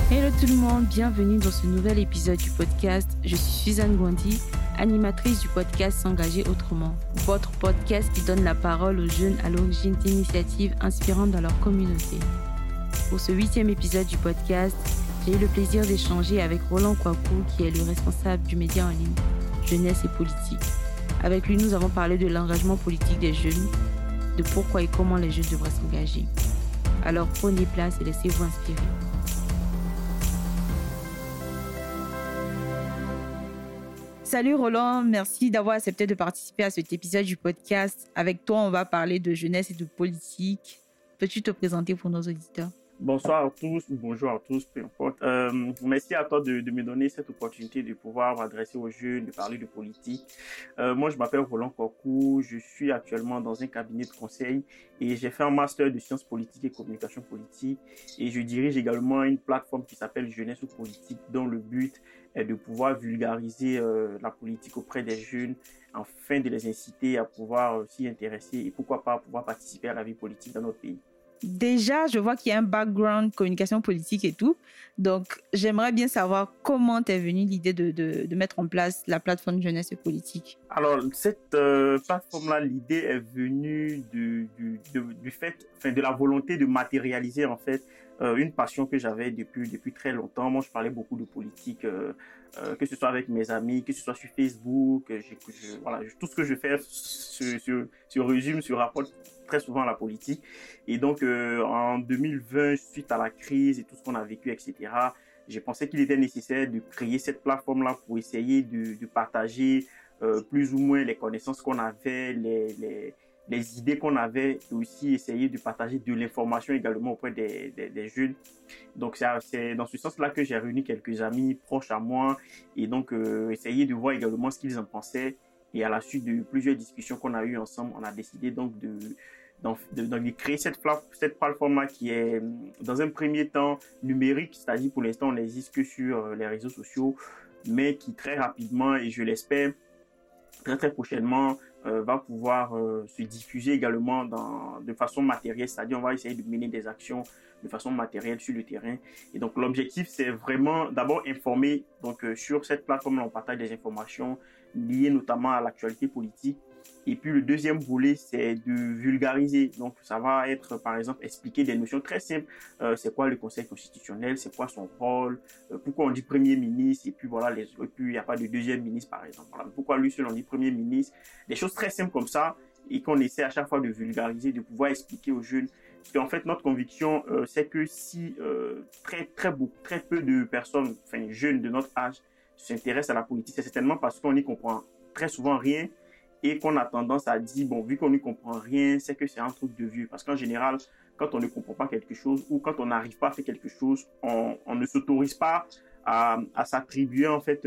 Hello tout le monde, bienvenue dans ce nouvel épisode du podcast. Je suis Suzanne Gouandi, animatrice du podcast S'engager autrement, votre podcast qui donne la parole aux jeunes à l'origine d'initiatives inspirantes dans leur communauté. Pour ce 8e épisode du podcast, j'ai eu le plaisir d'échanger avec Roland Kwaku, qui est le responsable du média en ligne Jeunesse et Politique. Avec lui, nous avons parlé de l'engagement politique des jeunes, de pourquoi et comment les jeunes devraient s'engager. Alors prenez place et laissez-vous inspirer. Salut Roland, merci d'avoir accepté de participer à cet épisode du podcast. Avec toi, on va parler de jeunesse et de politique. Peux-tu te présenter pour nos auditeurs? Bonsoir à tous ou bonjour à tous, peu importe. Merci à toi de me donner cette opportunité de pouvoir m'adresser aux jeunes, de parler de politique. Moi, je m'appelle Roland Kwaku, je suis actuellement dans un cabinet de conseil et j'ai fait un master de sciences politiques et communication politique et je dirige également une plateforme qui s'appelle Jeunesse ou Politique, dont le but est de pouvoir vulgariser la politique auprès des jeunes afin de les inciter à pouvoir s'y intéresser et pourquoi pas pouvoir participer à la vie politique dans notre pays. Déjà, je vois qu'il y a un background communication politique et tout. Donc, j'aimerais bien savoir comment t'es venue l'idée de mettre en place la plateforme Jeunesse et Politique. Alors, cette plateforme-là, l'idée est venue du fait, de la volonté de matérialiser en fait une passion que j'avais depuis très longtemps. Moi, je parlais beaucoup de politique, que ce soit avec mes amis, que ce soit sur Facebook. Voilà, tout ce que je fais se résume, se rapporte très souvent à la politique. Et donc, en 2020, suite à la crise et tout ce qu'on a vécu, etc., j'ai pensé qu'il était nécessaire de créer cette plateforme-là pour essayer de partager plus ou moins les connaissances qu'on avait, les idées qu'on avait, et aussi essayer de partager de l'information également auprès des jeunes. Donc, c'est dans ce sens-là que j'ai réuni quelques amis proches à moi et donc essayer de voir également ce qu'ils en pensaient. Et à la suite de plusieurs discussions qu'on a eues ensemble, on a décidé donc de créer cette plateforme-là qui est dans un premier temps numérique, c'est-à-dire pour l'instant on n'existe que sur les réseaux sociaux, mais qui très rapidement, et je l'espère très très prochainement, va pouvoir se diffuser également de façon matérielle, c'est-à-dire on va essayer de mener des actions de façon matérielle sur le terrain. Et donc l'objectif c'est vraiment d'abord informer, donc sur cette plateforme on partage des informations liées notamment à l'actualité politique. Et puis le deuxième volet, c'est de vulgariser. Donc ça va être par exemple expliquer des notions très simples. C'est quoi le Conseil constitutionnel, c'est quoi son rôle, pourquoi on dit Premier ministre, et puis voilà, et puis il n'y a pas de deuxième ministre par exemple. Voilà, pourquoi lui seul on dit Premier ministre. Des choses très simples comme ça et qu'on essaie à chaque fois de vulgariser, de pouvoir expliquer aux jeunes. Parce qu'en fait, notre conviction, c'est que si très peu de personnes, jeunes de notre âge, s'intéressent à la politique, c'est certainement parce qu'on n'y comprend très souvent rien. Et qu'on a tendance à dire, bon, vu qu'on ne comprend rien, c'est que c'est un truc de vieux. Parce qu'en général, quand on ne comprend pas quelque chose ou quand on n'arrive pas à faire quelque chose, on ne s'autorise pas à s'attribuer en fait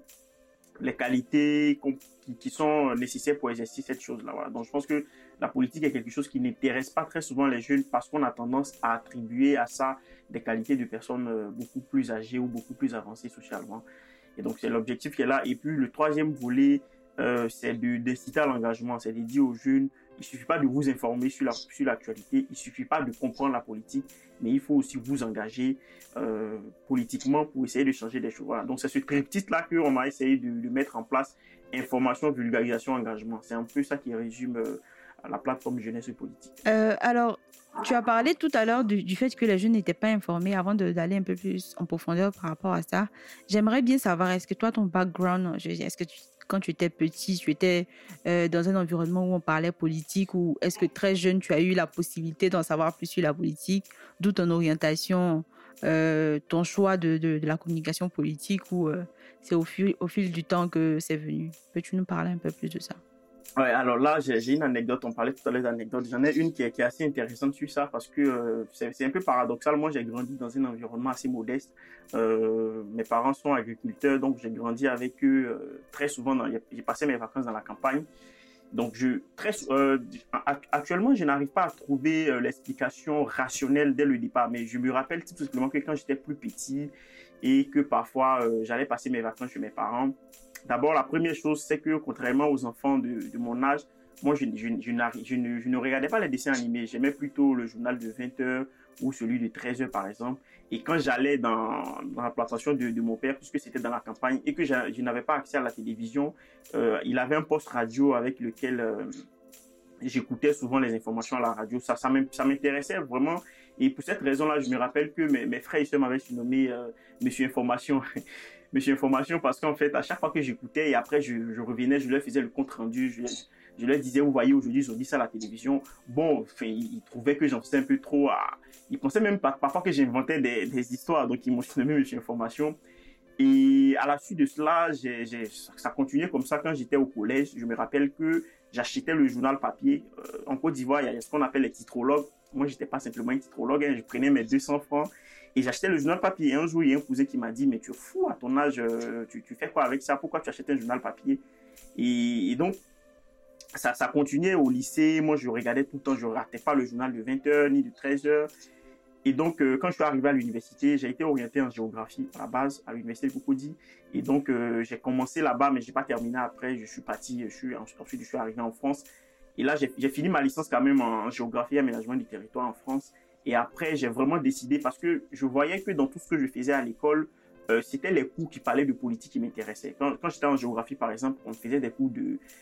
les qualités qui sont nécessaires pour exercer cette chose-là. Voilà. Donc je pense que la politique est quelque chose qui n'intéresse pas très souvent les jeunes parce qu'on a tendance à attribuer à ça des qualités de personnes beaucoup plus âgées ou beaucoup plus avancées socialement. Et donc c'est l'objectif qui est là. Et puis le troisième volet, c'est d'inciter à l'engagement, c'est de dire aux jeunes, il suffit pas de vous informer sur l'actualité, il suffit pas de comprendre la politique, mais il faut aussi vous engager politiquement pour essayer de changer des choses. Voilà. Donc c'est ce triptyque-là qu'on a essayé de mettre en place, information, vulgarisation, engagement. C'est un peu ça qui résume la plateforme Jeunesse et Politique. Alors, tu as parlé tout à l'heure du fait que les jeunes n'étaient pas informés avant d'aller un peu plus en profondeur par rapport à ça. J'aimerais bien savoir, est-ce que toi, ton background, est-ce que quand tu étais petit, tu étais dans un environnement où on parlait politique ou est-ce que très jeune, tu as eu la possibilité d'en savoir plus sur la politique, d'où ton orientation, ton choix de la communication politique ou c'est au fil du temps que c'est venu? Peux-tu nous parler un peu plus de ça? Ouais, alors là, j'ai une anecdote, on parlait tout à l'heure d'anecdotes. J'en ai une qui est assez intéressante sur ça parce que c'est un peu paradoxal. Moi, j'ai grandi dans un environnement assez modeste. Mes parents sont agriculteurs, donc j'ai grandi avec eux très souvent. J'ai passé mes vacances dans la campagne. Donc, actuellement, je n'arrive pas à trouver l'explication rationnelle dès le départ. Mais je me rappelle tout simplement que quand j'étais plus petit et que parfois j'allais passer mes vacances chez mes parents, d'abord, la première chose, c'est que contrairement aux enfants de mon âge, moi, je ne regardais pas les dessins animés. J'aimais plutôt le journal de 20h ou celui de 13h, par exemple. Et quand j'allais dans la plantation de mon père, puisque c'était dans la campagne et que je n'avais pas accès à la télévision, il avait un poste radio avec lequel j'écoutais souvent les informations à la radio. Ça m'intéressait vraiment. Et pour cette raison-là, je me rappelle que mes frères et sœurs m'avaient surnommé Monsieur Information. Monsieur Information, parce qu'en fait, à chaque fois que j'écoutais et après je revenais, je leur faisais le compte rendu. Je leur disais, vous voyez, aujourd'hui, ils ont dit ça à la télévision. Bon, enfin, ils trouvaient que j'en faisais un peu trop. Ils pensaient même parfois que j'inventais des histoires. Donc, ils m'ont surnommé Monsieur Information. Et à la suite de cela, ça continuait comme ça quand j'étais au collège. Je me rappelle que j'achetais le journal papier. En Côte d'Ivoire, il y a ce qu'on appelle les titrologues. Moi, j'étais pas simplement un titrologue. Je prenais mes 200 francs et j'achetais le journal papier. Et un jour, il y a un cousin qui m'a dit, mais tu es fou à ton âge, tu fais quoi avec ça? Pourquoi tu achètes un journal papier? Et donc, ça continuait au lycée. Moi, je regardais tout le temps. Je ne ratais pas le journal de 20h ni de 13h. Et donc, quand je suis arrivé à l'université, j'ai été orienté en géographie à la base, à l'université de Cocody. Et donc, j'ai commencé là-bas, mais je n'ai pas terminé après. Je suis parti, ensuite, je suis arrivé en France. Et là, j'ai fini ma licence quand même en géographie et aménagement du territoire en France. Et après, j'ai vraiment décidé, parce que je voyais que dans tout ce que je faisais à l'école, c'était les cours qui parlaient de politique qui m'intéressaient. Quand j'étais en géographie, par exemple, on faisait des cours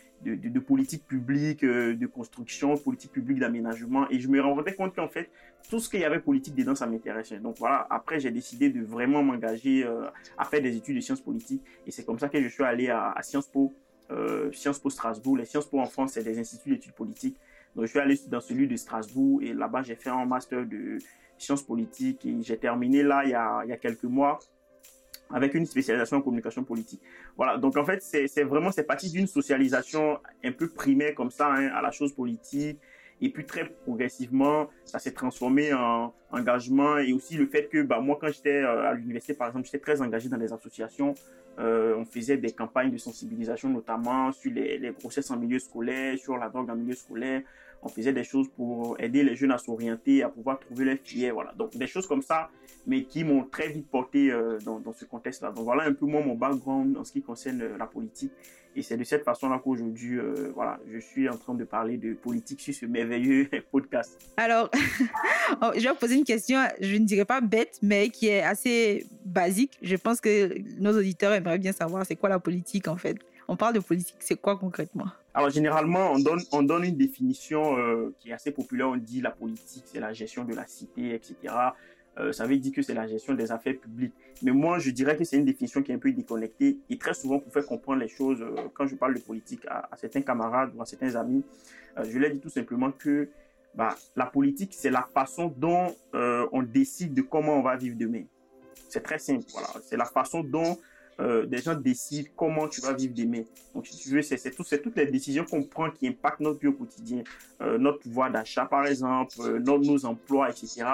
de politique publique, de construction, politique publique d'aménagement. Et je me rendais compte qu'en fait, tout ce qu'il y avait politique dedans, ça m'intéressait. Donc voilà, après, j'ai décidé de vraiment m'engager à faire des études de sciences politiques. Et c'est comme ça que je suis allé à Sciences Po, Strasbourg. Les Sciences Po en France, c'est des instituts d'études politiques. Donc je suis allé dans celui de Strasbourg et là-bas, j'ai fait un master de sciences politiques et j'ai terminé là il y a quelques mois avec une spécialisation en communication politique. Voilà, donc en fait, c'est parti d'une socialisation un peu primaire comme ça à la chose politique. Et puis très progressivement, ça s'est transformé en engagement. Et aussi le fait que moi, quand j'étais à l'université, par exemple, j'étais très engagé dans des associations. On faisait des campagnes de sensibilisation, notamment sur les grossesses en milieu scolaire, sur la drogue en milieu scolaire. On faisait des choses pour aider les jeunes à s'orienter, à pouvoir trouver leur filière. Voilà. Donc des choses comme ça, mais qui m'ont très vite porté dans ce contexte-là. Donc voilà un peu moi mon background en ce qui concerne la politique. Et c'est de cette façon-là qu'aujourd'hui, je suis en train de parler de politique sur ce merveilleux podcast. Alors, je vais poser une question, je ne dirais pas bête, mais qui est assez basique. Je pense que nos auditeurs aimeraient bien savoir c'est quoi la politique en fait. On parle de politique, c'est quoi concrètement? Alors généralement, on donne une définition qui est assez populaire. On dit la politique, c'est la gestion de la cité, etc. Ça veut dire que c'est la gestion des affaires publiques. Mais moi, je dirais que c'est une définition qui est un peu déconnectée. Et très souvent, pour faire comprendre les choses, quand je parle de politique à certains camarades ou à certains amis, je leur dis tout simplement que la politique, c'est la façon dont on décide de comment on va vivre demain. C'est très simple. Voilà. C'est la façon dont des gens décident comment tu vas vivre demain. Donc, si tu veux, c'est toutes les décisions qu'on prend qui impactent notre vie au quotidien. Notre pouvoir d'achat, par exemple, nos emplois, etc.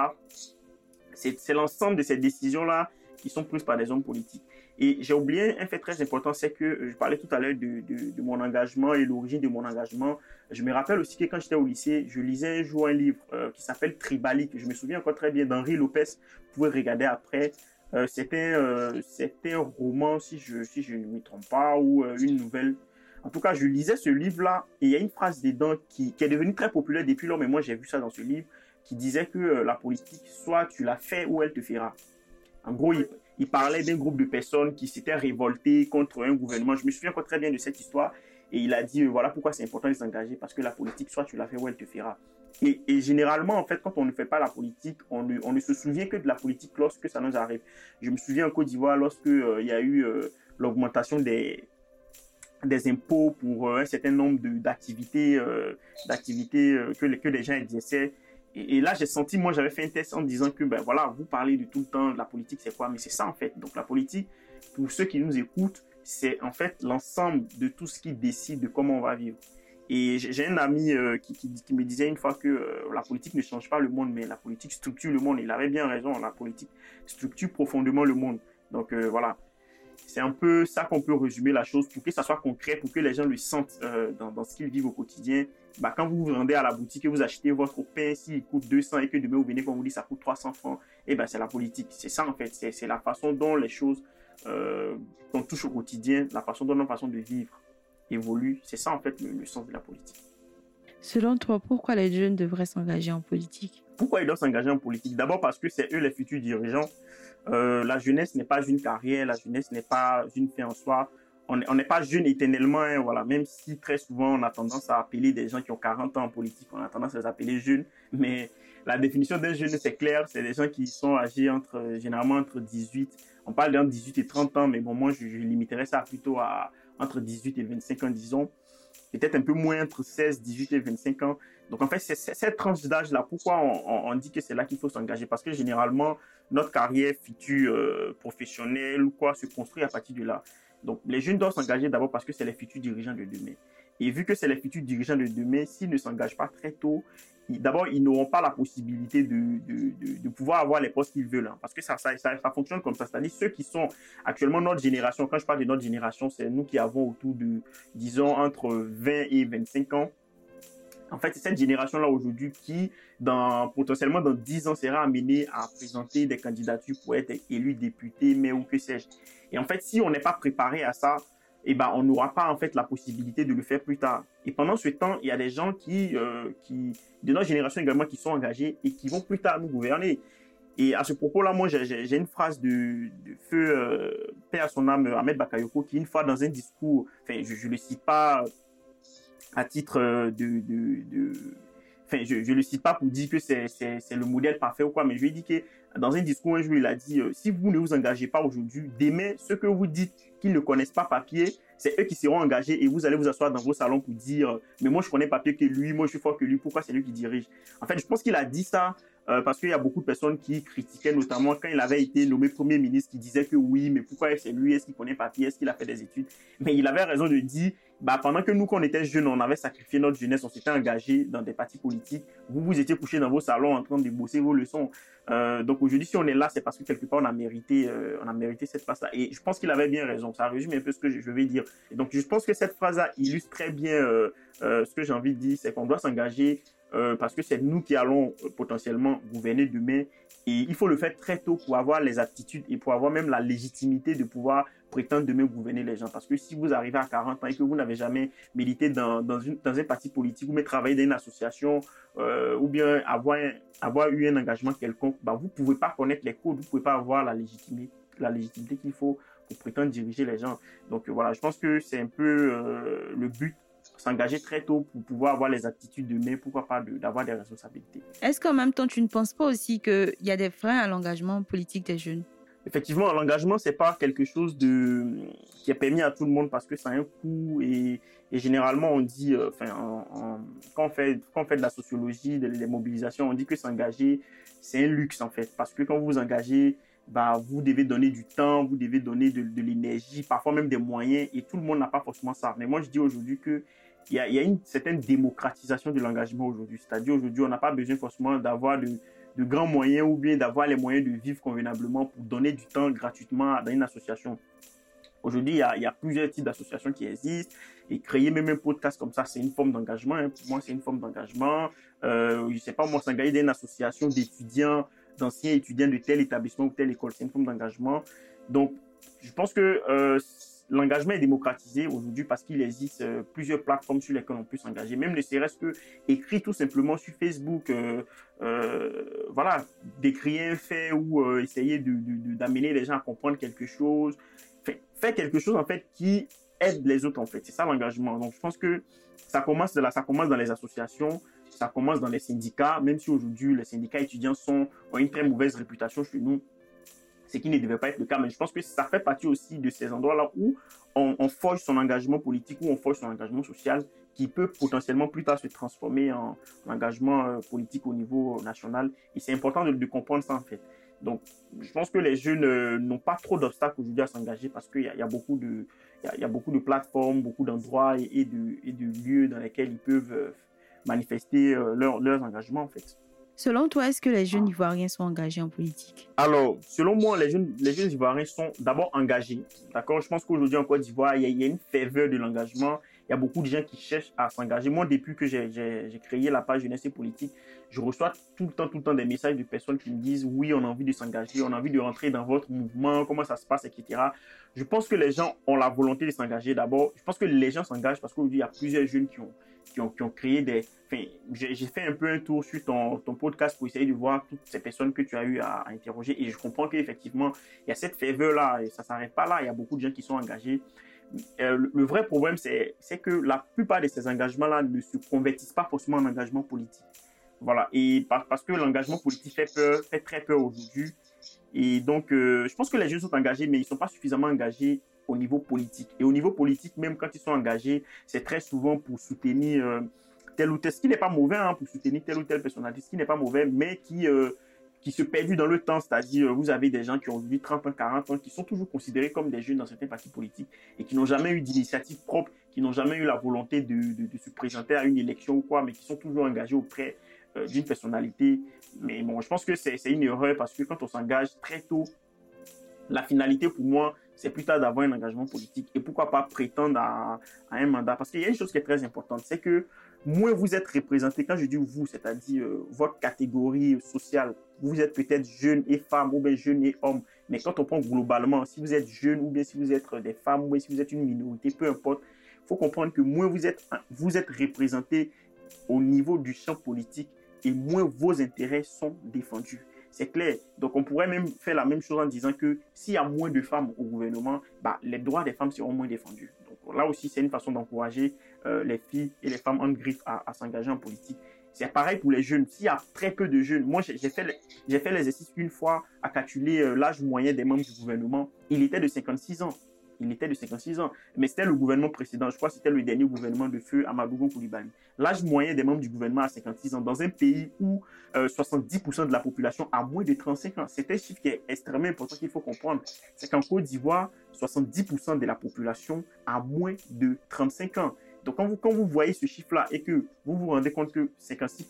C'est l'ensemble de ces décisions-là qui sont prises par des hommes politiques. Et j'ai oublié un fait très important, c'est que je parlais tout à l'heure de mon engagement et l'origine de mon engagement. Je me rappelle aussi que quand j'étais au lycée, je lisais un jour un livre qui s'appelle Tribalique. Je me souviens encore très bien d'Henri Lopez. Vous pouvez regarder après. C'était un roman, si je ne me trompe pas, ou une nouvelle. En tout cas, je lisais ce livre-là et il y a une phrase dedans qui est devenue très populaire depuis lors, mais moi j'ai vu ça dans ce livre, qui disait que la politique, soit tu la fais ou elle te fera. En gros, il parlait d'un groupe de personnes qui s'étaient révoltées contre un gouvernement. Je me souviens encore très bien de cette histoire. Et il a dit, voilà pourquoi c'est important de s'engager, parce que la politique, soit tu la fais ou elle te fera. Et généralement, en fait, quand on ne fait pas la politique, on ne se souvient que de la politique lorsque ça nous arrive. Je me souviens en Côte d'Ivoire, lorsque il y a eu l'augmentation des impôts pour un certain nombre d'activités que les gens exerçaient. Et là, j'ai senti, moi, j'avais fait un test en disant que, voilà, vous parlez de tout le temps de la politique, c'est quoi? Mais c'est ça, en fait. Donc, la politique, pour ceux qui nous écoutent, c'est en fait l'ensemble de tout ce qui décide de comment on va vivre. Et j'ai un ami qui me disait une fois que la politique ne change pas le monde, mais la politique structure le monde. Il avait bien raison, la politique structure profondément le monde. Donc, voilà. C'est un peu ça qu'on peut résumer la chose pour que ça soit concret, pour que les gens le sentent dans ce qu'ils vivent au quotidien. Quand vous vous rendez à la boutique et vous achetez votre pain, s'il coûte 200 et que demain vous venez, qu'on vous dit ça coûte 300 francs, c'est la politique. C'est ça en fait, c'est la façon dont les choses qu'on touche au quotidien, la façon dont notre façon de vivre évolue. C'est ça en fait le sens de la politique. Selon toi, pourquoi les jeunes devraient s'engager en politique? Pourquoi ils doivent s'engager en politique? D'abord parce que c'est eux les futurs dirigeants. La jeunesse n'est pas une carrière, la jeunesse n'est pas une fin en soi. On n'est pas jeune éternellement, hein, voilà. Même si très souvent on a tendance à appeler des gens qui ont 40 ans en politique, on a tendance à les appeler jeunes. Mais la définition d'un jeune, c'est clair, c'est des gens qui sont âgés généralement entre 18, on parle d'entre 18 et 30 ans, mais bon, moi je limiterais ça plutôt à entre 18 et 25 ans, disons. Peut-être un peu moins entre 16, 18 et 25 ans. Donc en fait, c'est cette tranche d'âge-là. Pourquoi on dit que c'est là qu'il faut s'engager? Parce que généralement, notre carrière future professionnelle ou quoi se construit à partir de là. Donc les jeunes doivent s'engager d'abord parce que c'est les futurs dirigeants de demain. Et vu que c'est les futurs dirigeants de demain, s'ils ne s'engagent pas très tôt, d'abord, ils n'auront pas la possibilité de pouvoir avoir les postes qu'ils veulent. Hein, parce que ça fonctionne comme ça. C'est-à-dire ceux qui sont actuellement notre génération, quand je parle de notre génération, c'est nous qui avons autour de, disons, entre 20 et 25 ans. En fait, c'est cette génération-là aujourd'hui qui, potentiellement dans 10 ans, sera amenée à présenter des candidatures pour être élu député, maire ou que sais-je. Et en fait, si on n'est pas préparé à ça, eh ben, on n'aura pas en fait la possibilité de le faire plus tard. Et pendant ce temps, il y a des gens de notre génération également, qui sont engagés et qui vont plus tard nous gouverner. Et à ce propos-là, moi, j'ai une phrase de feu paix à son âme, Ahmed Bakayoko, qui une fois dans un discours, enfin, je le cite pas à titre enfin, je le cite pas pour dire que c'est le modèle parfait ou quoi, mais je lui ai dit que dans un discours un jour, il a dit si vous ne vous engagez pas aujourd'hui, demain, ceux que vous dites qu'ils ne connaissent pas papier, c'est eux qui seront engagés et vous allez vous asseoir dans vos salons pour dire mais moi je connais papier que lui, moi je suis fort que lui, pourquoi c'est lui qui dirige? En fait, je pense qu'il a dit ça parce qu'il y a beaucoup de personnes qui critiquaient, notamment quand il avait été nommé Premier ministre, qui disaient que oui, mais pourquoi c'est lui, est-ce qu'il connaît papier, est-ce qu'il a fait des études? Mais il avait raison de dire pendant que nous, quand on était jeunes, on avait sacrifié notre jeunesse, on s'était engagé dans des partis politiques, vous étiez couchés dans vos salons en train de bosser vos leçons. Donc aujourd'hui, si on est là, c'est parce que quelque part, on a mérité cette place-là. Et je pense qu'il avait bien raison. Ça résume un peu ce que je vais dire. Et donc je pense que cette phrase-là illustre très bien ce que j'ai envie de dire, c'est qu'on doit s'engager parce que c'est nous qui allons potentiellement gouverner demain. Et il faut le faire très tôt pour avoir les aptitudes et pour avoir même la légitimité de pouvoir prétendre demain gouverner les gens. Parce que si vous arrivez à 40 ans et que vous n'avez jamais milité dans un parti politique ou même travaillé dans une association ou bien avoir eu un engagement quelconque, vous ne pouvez pas connaître les codes, vous ne pouvez pas avoir la légitimité qu'il faut pour prétendre diriger les gens. Donc voilà, je pense que c'est un peu le but, s'engager très tôt pour pouvoir avoir les aptitudes demain, pourquoi pas d'avoir des responsabilités. Est-ce qu'en même temps, tu ne penses pas aussi qu'il y a des freins à l'engagement politique des jeunes? Effectivement, l'engagement, c'est pas quelque chose qui est permis à tout le monde parce que ça a un coût et généralement on dit, quand on fait de la sociologie, des mobilisations, on dit que s'engager, c'est un luxe en fait, parce que quand vous vous engagez, vous devez donner du temps, vous devez donner de l'énergie, parfois même des moyens, et tout le monde n'a pas forcément ça. Mais moi, je dis aujourd'hui que il y a une certaine démocratisation de l'engagement aujourd'hui. C'est-à-dire aujourd'hui, on n'a pas besoin forcément d'avoir de grands moyens ou bien d'avoir les moyens de vivre convenablement pour donner du temps gratuitement dans une association. Aujourd'hui, il y a plusieurs types d'associations qui existent et créer même un podcast comme ça, c'est une forme d'engagement. Hein. Pour moi, c'est une forme d'engagement. Je sais pas, moi, s'engager dans une association d'étudiants, d'anciens étudiants de tel établissement ou telle école, c'est une forme d'engagement. Donc, je pense que l'engagement est démocratisé aujourd'hui parce qu'il existe plusieurs plateformes sur lesquelles on peut s'engager. Même ne serait-ce que écrire tout simplement sur Facebook, d'écrire un fait ou essayer d'amener les gens à comprendre quelque chose. Faire quelque chose en fait qui aide les autres en fait. C'est ça l'engagement. Donc, je pense que ça commence dans les associations. Ça commence dans les syndicats, même si aujourd'hui les syndicats étudiants ont une très mauvaise réputation chez nous, ce qui ne devait pas être le cas. Mais je pense que ça fait partie aussi de ces endroits-là où on forge son engagement politique, où on forge son engagement social, qui peut potentiellement plus tard se transformer en engagement politique au niveau national. Et c'est important de comprendre ça en fait. Donc, je pense que les jeunes n'ont pas trop d'obstacles aujourd'hui à s'engager parce qu'il y a beaucoup de plateformes, beaucoup d'endroits et de lieux dans lesquels ils peuvent manifester leurs engagements en fait. Selon toi, est-ce que les jeunes Ivoiriens sont engagés en politique? Alors, selon moi, les jeunes Ivoiriens sont d'abord engagés. D'accord? Je pense qu'aujourd'hui en Côte d'Ivoire, il y a une ferveur de l'engagement, il il y a beaucoup de gens qui cherchent à s'engager. Moi, depuis que j'ai créé la page Jeunesse et Politique, je reçois tout le temps des messages de personnes qui me disent oui, on a envie de s'engager, on a envie de rentrer dans votre mouvement, comment ça se passe, etc. Je pense que les gens ont la volonté de s'engager. D'abord, je pense que les gens s'engagent parce qu'aujourd'hui, il y a plusieurs jeunes qui ont créé des... Enfin, j'ai fait un peu un tour sur ton podcast pour essayer de voir toutes ces personnes que tu as eu à interroger, et je comprends qu'effectivement, il y a cette ferveur-là, et ça ne s'arrête pas là, il y a beaucoup de gens qui sont engagés. Le vrai problème, c'est que la plupart de ces engagements-là ne se convertissent pas forcément en engagement politique. Voilà, et parce que l'engagement politique fait très peur aujourd'hui. Et donc, je pense que les jeunes sont engagés, mais ils ne sont pas suffisamment engagés au niveau politique. Et au niveau politique, même quand ils sont engagés, c'est très souvent pour soutenir tel ou tel, ce qui n'est pas mauvais, hein, pour soutenir telle ou telle personnalité, ce qui n'est pas mauvais, mais qui se perdent dans le temps. C'est-à-dire, vous avez des gens qui ont aujourd'hui 30 ans, 40 ans, qui sont toujours considérés comme des jeunes dans certains partis politiques et qui n'ont jamais eu d'initiative propre, qui n'ont jamais eu la volonté de se présenter à une élection ou quoi, mais qui sont toujours engagés auprès d'une personnalité. Mais bon, je pense que c'est une erreur parce que quand on s'engage très tôt, la finalité pour moi, c'est plus tard d'avoir un engagement politique. Et pourquoi pas prétendre à un mandat? Parce qu'il y a une chose qui est très importante, c'est que moins vous êtes représenté, quand je dis vous, c'est-à-dire votre catégorie sociale, vous êtes peut-être jeune et femme ou bien jeune et homme, mais quand on prend globalement, si vous êtes jeune ou bien si vous êtes des femmes ou bien si vous êtes une minorité, peu importe, il faut comprendre que moins vous êtes représenté au niveau du champ politique et moins vos intérêts sont défendus. C'est clair. Donc, on pourrait même faire la même chose en disant que s'il y a moins de femmes au gouvernement, les droits des femmes seront moins défendus. Donc, là aussi, c'est une façon d'encourager les filles et les femmes en griffe à s'engager en politique. C'est pareil pour les jeunes. S'il y a très peu de jeunes, moi, j'ai fait l'exercice une fois à calculer l'âge moyen des membres du gouvernement. Il était de 56 ans. Mais c'était le gouvernement précédent. Je crois que c'était le dernier gouvernement de feu Amadou Coulibaly. L'âge moyen des membres du gouvernement à 56 ans, dans un pays où 70% de la population a moins de 35 ans. C'est un chiffre qui est extrêmement important qu'il faut comprendre. C'est qu'en Côte d'Ivoire, 70% de la population a moins de 35 ans. Donc, quand vous voyez ce chiffre-là et que vous vous rendez compte que 56,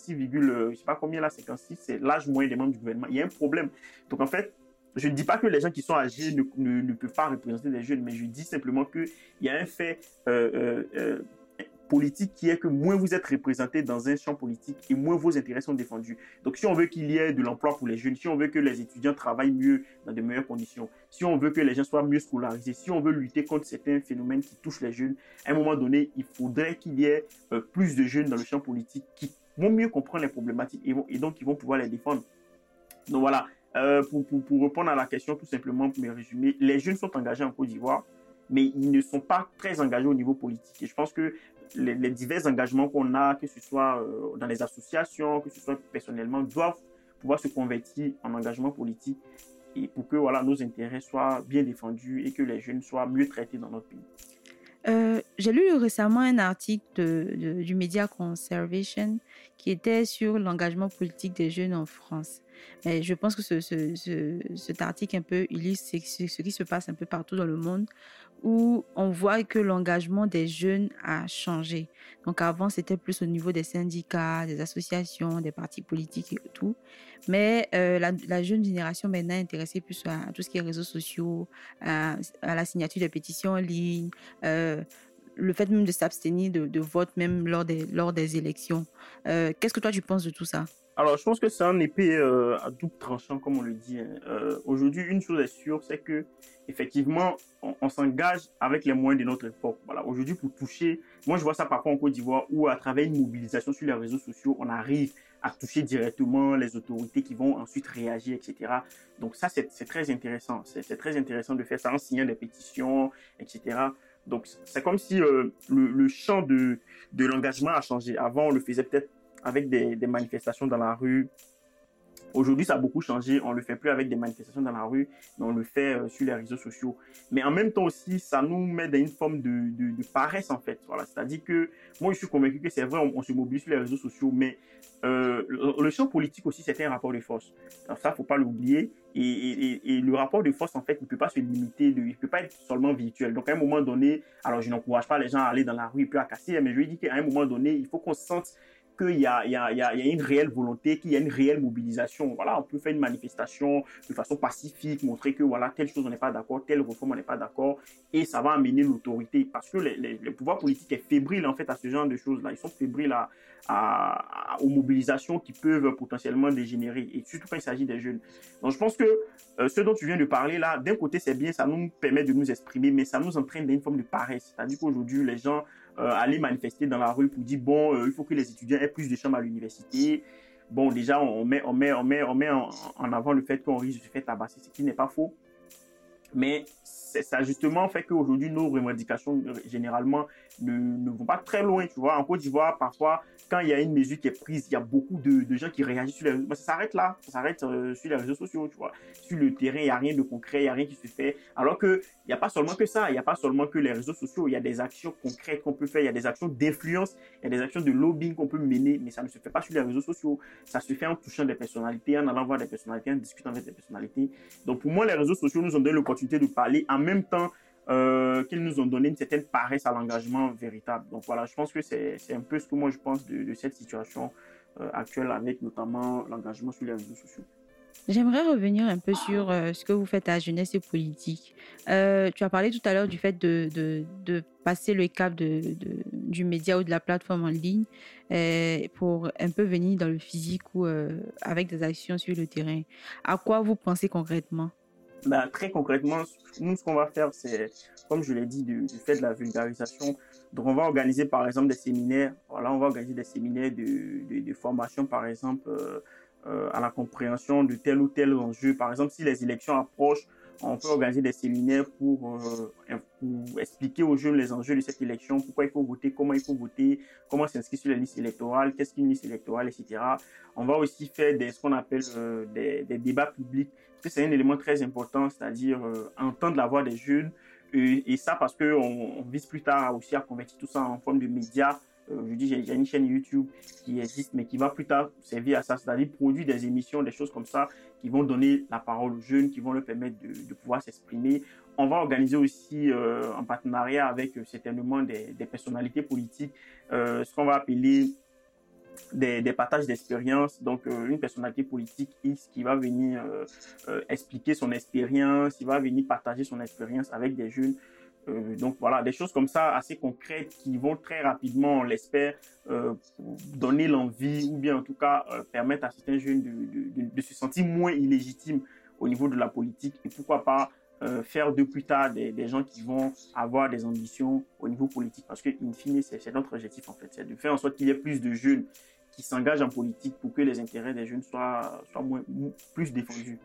je sais pas combien là, 56, c'est l'âge moyen des membres du gouvernement, il y a un problème. Donc, en fait, je ne dis pas que les gens qui sont âgés ne peuvent pas représenter des jeunes, mais je dis simplement qu'il y a un fait politique qui est que moins vous êtes représenté dans un champ politique et moins vos intérêts sont défendus. Donc, si on veut qu'il y ait de l'emploi pour les jeunes, si on veut que les étudiants travaillent mieux dans de meilleures conditions, si on veut que les gens soient mieux scolarisés, si on veut lutter contre certains phénomènes qui touchent les jeunes, à un moment donné, il faudrait qu'il y ait plus de jeunes dans le champ politique qui vont mieux comprendre les problématiques et donc qui vont pouvoir les défendre. Donc, voilà. Pour répondre à la question, tout simplement, pour me résumer, les jeunes sont engagés en Côte d'Ivoire, mais ils ne sont pas très engagés au niveau politique. Et je pense que les divers engagements qu'on a, que ce soit dans les associations, que ce soit personnellement, doivent pouvoir se convertir en engagement politique et pour que nos intérêts soient bien défendus et que les jeunes soient mieux traités dans notre pays. J'ai lu récemment un article du média Conservation qui était sur l'engagement politique des jeunes en France. Mais je pense que cet article un peu illustre ce qui se passe un peu partout dans le monde, où on voit que l'engagement des jeunes a changé. Donc avant, c'était plus au niveau des syndicats, des associations, des partis politiques et tout. Mais la jeune génération maintenant est intéressée plus à tout ce qui est réseaux sociaux, à la signature des pétitions en ligne, le fait même de s'abstenir de vote même lors des élections. Qu'est-ce que toi tu penses de tout ça? Alors, je pense que c'est un épée à double tranchant, comme on le dit. Aujourd'hui, une chose est sûre, c'est que effectivement, on s'engage avec les moyens de notre époque. Voilà. Aujourd'hui, pour toucher, moi je vois ça parfois en Côte d'Ivoire, où à travers une mobilisation sur les réseaux sociaux, on arrive à toucher directement les autorités qui vont ensuite réagir, etc. Donc ça, c'est très intéressant. C'est très intéressant de faire ça en signant des pétitions, etc. Donc c'est comme si le champ de l'engagement a changé. Avant, on le faisait peut-être avec des manifestations dans la rue. Aujourd'hui, ça a beaucoup changé. On ne le fait plus avec des manifestations dans la rue, mais on le fait sur les réseaux sociaux. Mais en même temps aussi, ça nous met dans une forme de paresse, en fait. Voilà. C'est-à-dire que moi, je suis convaincu que c'est vrai, on se mobilise sur les réseaux sociaux, mais le champ politique aussi, c'est un rapport de force. Alors ça, il ne faut pas l'oublier. Et le rapport de force, en fait, il ne peut pas se limiter, il ne peut pas être seulement virtuel. Donc, à un moment donné, alors je n'encourage pas les gens à aller dans la rue et puis à casser, mais je lui dis qu'à un moment donné, il faut qu'on se sente qu'il y a une réelle volonté, qu'il y a une réelle mobilisation. Voilà, on peut faire une manifestation de façon pacifique, montrer que voilà, telle chose on n'est pas d'accord, telle réforme on n'est pas d'accord, et ça va amener l'autorité. Parce que le pouvoir politique est fébrile en fait à ce genre de choses-là. Ils sont fébriles aux mobilisations qui peuvent potentiellement dégénérer, et surtout quand il s'agit des jeunes. Donc je pense que ce dont tu viens de parler là, d'un côté c'est bien, ça nous permet de nous exprimer, mais ça nous entraîne dans une forme de paresse. C'est-à-dire qu'aujourd'hui les gens aller manifester dans la rue pour dire bon, il faut que les étudiants aient plus de chambres à l'université. Bon, déjà on met en avant le fait qu'on risque de se faire tabasser, ce qui n'est pas faux. Mais ça justement fait qu'aujourd'hui, nos revendications, généralement, ne vont pas très loin, tu vois. En Côte d'Ivoire, parfois, quand il y a une mesure qui est prise, il y a beaucoup de gens qui réagissent sur les réseaux. Ça s'arrête là, ça s'arrête sur les réseaux sociaux, tu vois. Sur le terrain, il n'y a rien de concret, il n'y a rien qui se fait. Alors qu'il n'y a pas seulement que ça, il n'y a pas seulement que les réseaux sociaux, il y a des actions concrètes qu'on peut faire, il y a des actions d'influence, il y a des actions de lobbying qu'on peut mener, mais ça ne se fait pas sur les réseaux sociaux. Ça se fait en touchant des personnalités, en allant voir des personnalités, en discutant avec des personnalités. Donc pour moi, les réseaux sociaux nous ont donné l'opportunité de parler en même temps qu'ils nous ont donné une certaine paresse à l'engagement véritable. Donc voilà, je pense que c'est un peu ce que moi je pense de cette situation actuelle avec notamment l'engagement sur les réseaux sociaux. J'aimerais revenir un peu sur ce que vous faites à Jeunesse et Politique. Tu as parlé tout à l'heure du fait de passer le cap du média ou de la plateforme en ligne pour un peu venir dans le physique ou avec des actions sur le terrain. À quoi vous pensez concrètement? Très concrètement, nous, ce qu'on va faire, c'est, comme je l'ai dit, du fait de la vulgarisation. Donc, on va organiser, par exemple, des séminaires. Voilà, on va organiser des séminaires de formation, par exemple, à la compréhension de tel ou tel enjeu. Par exemple, si les élections approchent, on peut organiser des séminaires pour expliquer aux jeunes les enjeux de cette élection, pourquoi il faut voter, comment s'inscrire sur les listes électorales, qu'est-ce qu'une liste électorale, etc. On va aussi faire ce qu'on appelle des débats publics, parce que c'est un élément très important, c'est-à-dire entendre la voix des jeunes, et ça parce qu'on vise plus tard aussi à convertir tout ça en forme de médias. Je dis, j'ai une chaîne YouTube qui existe, mais qui va plus tard servir à ça, c'est-à-dire produire des émissions, des choses comme ça, qui vont donner la parole aux jeunes, qui vont leur permettre de pouvoir s'exprimer. On va organiser aussi, en partenariat avec certainement des personnalités politiques, ce qu'on va appeler des partages d'expérience. Donc, une personnalité politique X qui va venir expliquer son expérience, il va venir partager son expérience avec des jeunes. Donc voilà, des choses comme ça assez concrètes qui vont très rapidement, on l'espère, donner l'envie ou bien en tout cas permettre à certains jeunes de se sentir moins illégitimes au niveau de la politique, et pourquoi pas faire de plus tard des gens qui vont avoir des ambitions au niveau politique, parce que in fine c'est notre objectif en fait, c'est de faire en sorte qu'il y ait plus de jeunes qui s'engagent en politique pour que les intérêts des jeunes soient plus défendus.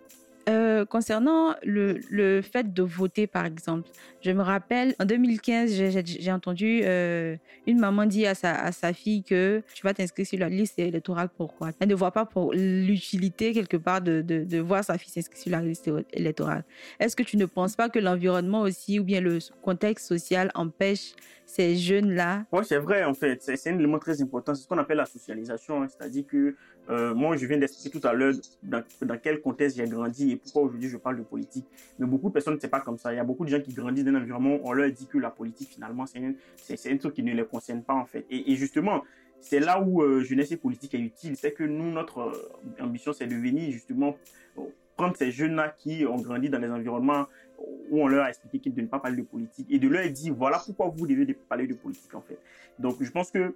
Concernant le fait de voter, par exemple, je me rappelle, en 2015, j'ai entendu une maman dire à sa fille que tu vas t'inscrire sur la liste électorale. Pourquoi? Elle ne voit pas pour l'utilité, quelque part, de voir sa fille s'inscrire sur la liste électorale. Est-ce que tu ne penses pas que l'environnement aussi, ou bien le contexte social empêche ces jeunes-là? Oui, c'est vrai, en fait. C'est un élément très important. C'est ce qu'on appelle la socialisation. Hein. C'est-à-dire que moi, je viens d'expliquer tout à l'heure dans quel contexte j'ai grandi et pourquoi aujourd'hui je parle de politique. Mais beaucoup de personnes ne savent pas comme ça. Il y a beaucoup de gens qui grandissent dans un environnement où on leur dit que la politique, finalement, c'est un truc qui ne les concerne pas, en fait. Et justement, c'est là où jeunesse et politique est utile. C'est que nous, notre ambition, c'est de venir justement prendre ces jeunes-là qui ont grandi dans des environnements où on leur a expliqué qu'ils ne devaient pas parler de politique et de leur dire voilà pourquoi vous devez parler de politique en fait. Donc je pense que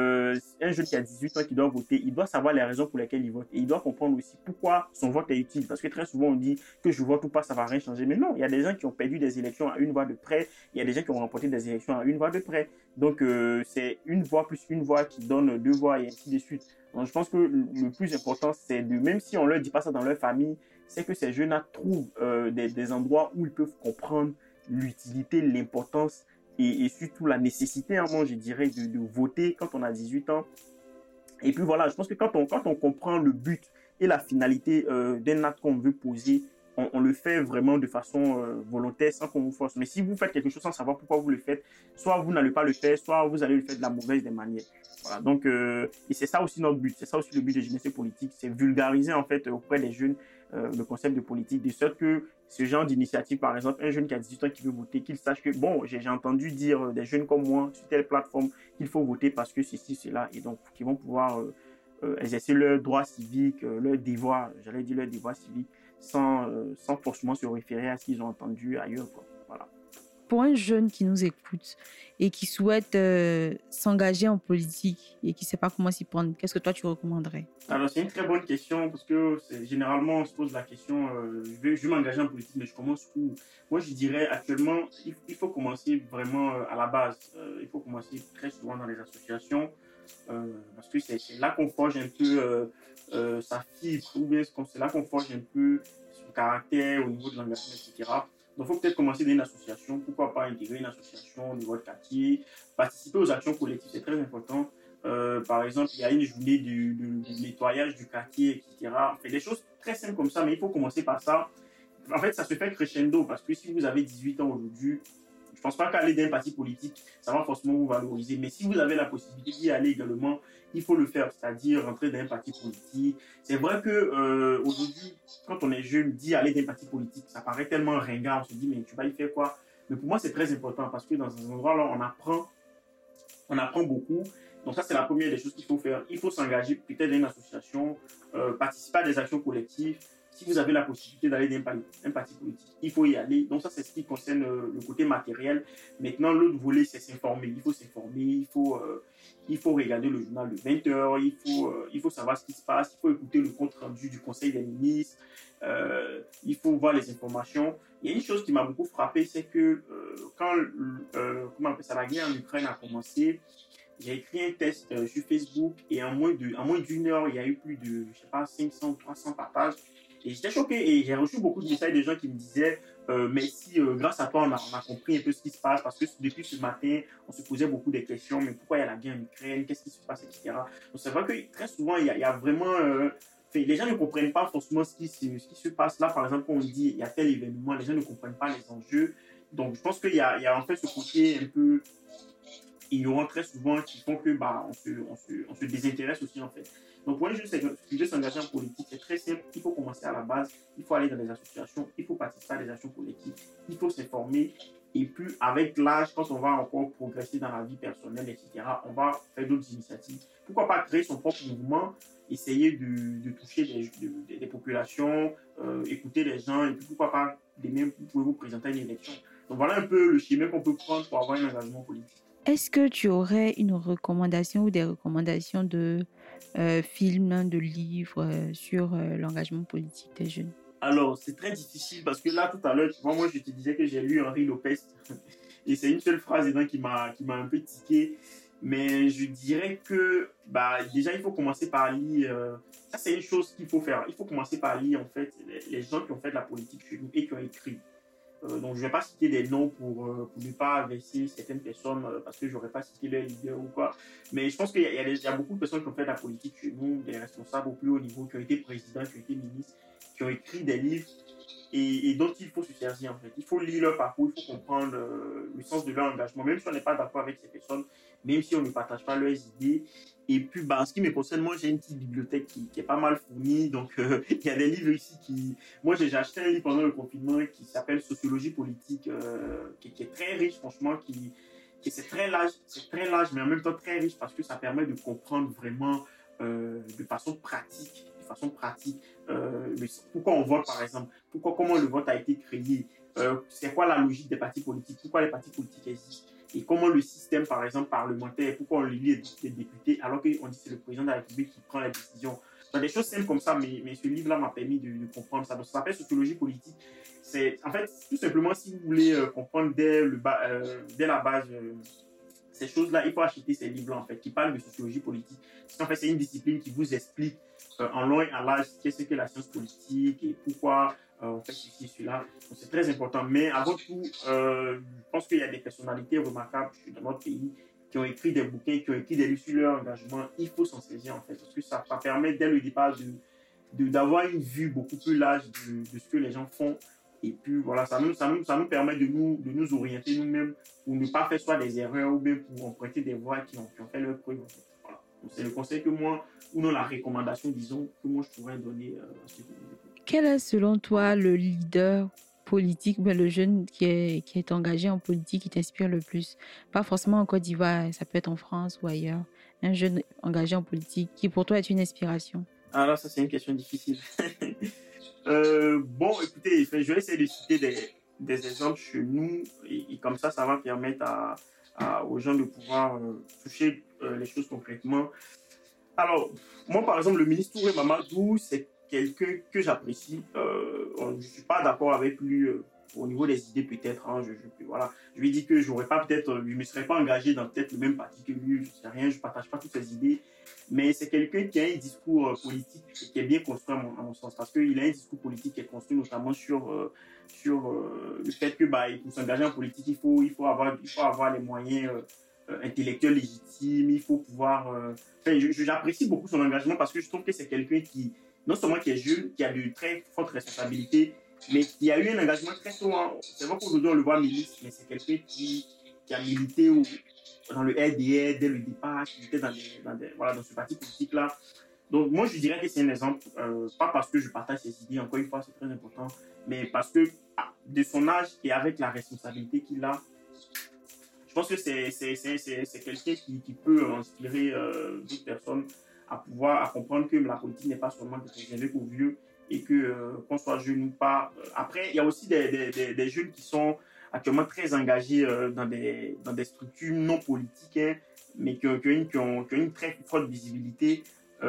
un jeune qui a 18 ans qui doit voter, il doit savoir les raisons pour lesquelles il vote et il doit comprendre aussi pourquoi son vote est utile, parce que très souvent on dit que je vote ou pas ça va rien changer, mais non, il y a des gens qui ont perdu des élections à une voix de près, il y a des gens qui ont remporté des élections à une voix de près, donc c'est une voix plus une voix qui donne deux voix et ainsi de suite. Donc je pense que le plus important c'est même si on leur dit pas ça dans leur famille, c'est que ces jeunes-là trouvent des endroits où ils peuvent comprendre l'utilité, l'importance et surtout la nécessité, hein, moi je dirais, de voter quand on a 18 ans. Et puis voilà, je pense que quand on comprend le but et la finalité d'un acte qu'on veut poser, on le fait vraiment de façon volontaire, sans qu'on vous force. Mais si vous faites quelque chose sans savoir pourquoi vous le faites, soit vous n'allez pas le faire, soit vous allez le faire de la mauvaise des manières. Voilà, donc, et c'est ça aussi notre but, c'est ça aussi le but de Jeunesse et Politique, c'est vulgariser en fait auprès des jeunes le concept de politique, de sorte que ce genre d'initiative, par exemple, un jeune qui a 18 ans qui veut voter, qu'il sache que, bon, j'ai entendu dire des jeunes comme moi sur telle plateforme qu'il faut voter parce que ceci, cela, et donc qui vont pouvoir exercer leur droit civique, leur devoir, j'allais dire leur devoir civique, sans forcément se référer à ce qu'ils ont entendu ailleurs, quoi. Voilà. Pour un jeune qui nous écoute et qui souhaite s'engager en politique et qui ne sait pas comment s'y prendre, qu'est-ce que toi tu recommanderais? Alors, c'est une très bonne question parce que généralement, on se pose la question, je vais m'engager en politique, mais je commence où? Moi, je dirais actuellement, il faut commencer vraiment à la base. Il faut commencer très souvent dans les associations parce que c'est là qu'on forge un peu sa fibre, ou bien c'est là qu'on forge un peu son caractère au niveau de l'engagement, etc. Donc, il faut peut-être commencer dans une association. Pourquoi pas intégrer une association au niveau de quartier, participer aux actions collectives, c'est très important. Par exemple, il y a une journée du nettoyage du quartier, etc. On fait des choses très simples comme ça, mais il faut commencer par ça. En fait, ça se fait crescendo parce que si vous avez 18 ans aujourd'hui, je ne pense pas qu'aller dans un parti politique, ça va forcément vous valoriser. Mais si vous avez la possibilité d'y aller également, il faut le faire, c'est-à-dire rentrer dans un parti politique. C'est vrai que aujourd'hui, quand on est jeune, d'y aller dans un parti politique, ça paraît tellement ringard. On se dit, mais tu vas y faire quoi? Mais pour moi, c'est très important parce que dans un endroit-là, on apprend beaucoup. Donc ça, c'est la première des choses qu'il faut faire. Il faut s'engager peut-être dans une association, participer à des actions collectives. Si vous avez la possibilité d'aller dans un parti politique, il faut y aller. Donc ça, c'est ce qui concerne le côté matériel. Maintenant, l'autre volet, c'est s'informer. Il faut s'informer, il faut regarder le journal de 20 heures, il faut savoir ce qui se passe, il faut écouter le compte rendu du Conseil des ministres, il faut voir les informations. Il y a une chose qui m'a beaucoup frappé, c'est que quand la guerre en Ukraine a commencé, j'ai écrit un test sur Facebook et en moins d'une heure, il y a eu plus de, je sais pas, 500 ou 300 partages. Et j'étais choqué et j'ai reçu beaucoup de messages de gens qui me disaient merci, grâce à toi, on a compris un peu ce qui se passe parce que depuis ce matin, on se posait beaucoup de questions. Mais pourquoi il y a la guerre en Ukraine? Qu'est-ce qui se passe, etc. Donc c'est vrai que très souvent, il y a vraiment... les gens ne comprennent pas forcément ce qui se passe. Là, par exemple, quand on dit il y a tel événement, les gens ne comprennent pas les enjeux. Donc je pense qu'il y a en fait ce côté un peu ignorant très souvent qui font que on se désintéresse aussi en fait. Donc pour un jeune qui veut s'engager en politique, c'est très simple. Il faut commencer à la base, il faut aller dans les associations, il faut participer à des actions collectives, il faut s'informer. Et puis avec l'âge, quand on va encore progresser dans la vie personnelle, etc., on va faire d'autres initiatives. Pourquoi pas créer son propre mouvement, essayer de toucher des populations, écouter les gens, et puis pourquoi pas, vous pouvez vous présenter à une élection. Donc voilà un peu le chemin qu'on peut prendre pour avoir un engagement politique. Est-ce que tu aurais une recommandation ou des recommandations de films, de livres sur l'engagement politique des jeunes? Alors, c'est très difficile parce que là, tout à l'heure, moi, je te disais que j'ai lu Henri Lopez et c'est une seule phrase dedans qui m'a un peu tiqué. Mais je dirais que déjà, il faut commencer par lire. Ça, c'est une chose qu'il faut faire. Il faut commencer par lire, en fait, les gens qui ont fait de la politique chez nous et qui ont écrit. Donc, je ne vais pas citer des noms pour ne pas verser certaines personnes parce que je n'aurais pas cité leur leader ou quoi. Mais je pense qu'il y a beaucoup de personnes qui ont fait de la politique chez nous, des responsables au plus haut niveau, qui ont été présidents, qui ont été ministres, qui ont écrit des livres et dont il faut se servir en fait. Il faut lire leur parcours, il faut comprendre le sens de leur engagement, même si on n'est pas d'accord avec ces personnes, même si on ne partage pas leurs idées. Et puis, en ce qui me concerne, moi, j'ai une petite bibliothèque qui est pas mal fournie. Donc, il y a des livres ici qui... Moi, j'ai acheté un livre pendant le confinement qui s'appelle Sociologie politique, qui est très riche, franchement, c'est très large, mais en même temps très riche parce que ça permet de comprendre vraiment de façon pratique, pourquoi on vote, par exemple, comment le vote a été créé, c'est quoi la logique des partis politiques, pourquoi les partis politiques existent. Et comment le système, par exemple, parlementaire, pourquoi on élit des députés alors qu'on dit que c'est le président de la République qui prend la décision. Des choses simples comme ça, mais ce livre-là m'a permis de comprendre ça. Donc, ça s'appelle Sociologie politique. C'est, en fait, tout simplement, si vous voulez comprendre dès la base ces choses-là, il faut acheter ces livres-là, en fait, qui parlent de sociologie politique. Parce qu'en fait, c'est une discipline qui vous explique en long et en large qu'est-ce que la science politique et pourquoi on fait ceci, cela. Donc, c'est très important. Mais avant tout, je pense qu'il y a des personnalités remarquables dans notre pays qui ont écrit des bouquins, qui ont écrit des livres sur leur engagement. Il faut s'en saisir, en fait, parce que ça permet, dès le départ, d'avoir une vue beaucoup plus large de ce que les gens font. Et puis, voilà, ça nous permet de nous orienter nous-mêmes pour ne pas faire soit des erreurs ou bien pour emprunter des voies qui ont fait leur preuve, en fait. Voilà. Donc, c'est le conseil que moi, ou non la recommandation, disons, que moi je pourrais donner à ceux qui nous écoutent. Quel est selon toi le leader politique, ben, le jeune qui est engagé en politique qui t'inspire le plus? Pas forcément en Côte d'Ivoire, ça peut être en France ou ailleurs. Un jeune engagé en politique qui pour toi est une inspiration. Alors ça, c'est une question difficile. Bon, écoutez, je vais essayer de citer des exemples chez nous et comme ça va permettre aux gens de pouvoir toucher les choses concrètement. Alors, moi, par exemple, le ministre Touré Mamadou, c'est quelqu'un que j'apprécie. Je ne suis pas d'accord avec lui au niveau des idées, peut-être. Hein, voilà. Je lui ai dit que je ne me serais pas engagé dans peut-être le même parti que lui. Je ne sais rien, je ne partage pas toutes ses idées. Mais c'est quelqu'un qui a un discours politique qui est bien construit à mon sens. Parce qu'il a un discours politique qui est construit notamment sur le fait que pour s'engager en politique, il faut avoir les moyens intellectuels légitimes. Il faut pouvoir... j'apprécie beaucoup son engagement parce que je trouve que c'est quelqu'un qui, non seulement qui est jeune, qui a de très fortes responsabilités, mais qui a eu un engagement très tôt. Hein. C'est vrai qu'aujourd'hui on le voit ministre, mais c'est quelqu'un qui a milité dans le RDR dès le départ, qui était dans ce parti politique-là. Donc moi je dirais que c'est un exemple, pas parce que je partage ses idées, encore une fois c'est très important, mais parce que de son âge et avec la responsabilité qu'il a, je pense que c'est quelqu'un qui peut inspirer d'autres personnes à comprendre que la politique n'est pas seulement réservée aux vieux et qu'on soit jeune ou pas. Après, il y a aussi des jeunes qui sont actuellement très engagés dans des structures non politiques, hein, mais qui ont une très forte visibilité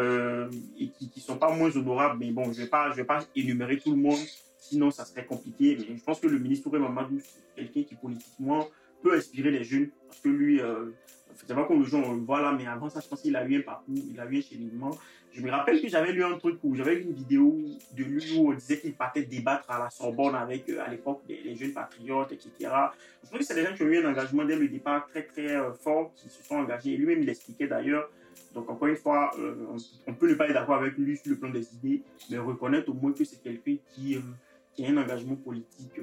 et qui ne sont pas moins honorables. Mais bon, je vais pas énumérer tout le monde, sinon ça serait compliqué. Mais je pense que le ministre Touré Mamadou, c'est quelqu'un qui politiquement peut inspirer les jeunes, parce que lui, c'est pas comme le genre on le voit là, mais avant ça, je pense qu'il a eu un parcours, il a eu un cheminement. Je me rappelle que j'avais lu un truc où j'avais vu une vidéo de lui où on disait qu'il partait débattre à la Sorbonne avec, à l'époque, les jeunes patriotes, etc. Je trouve que c'est des gens qui ont eu un engagement dès le départ très, très fort, qui se sont engagés. Et lui-même, il l'expliquait d'ailleurs. Donc, encore une fois, on peut ne pas être d'accord avec lui sur le plan des idées, mais reconnaître au moins que c'est quelqu'un qui a un engagement politique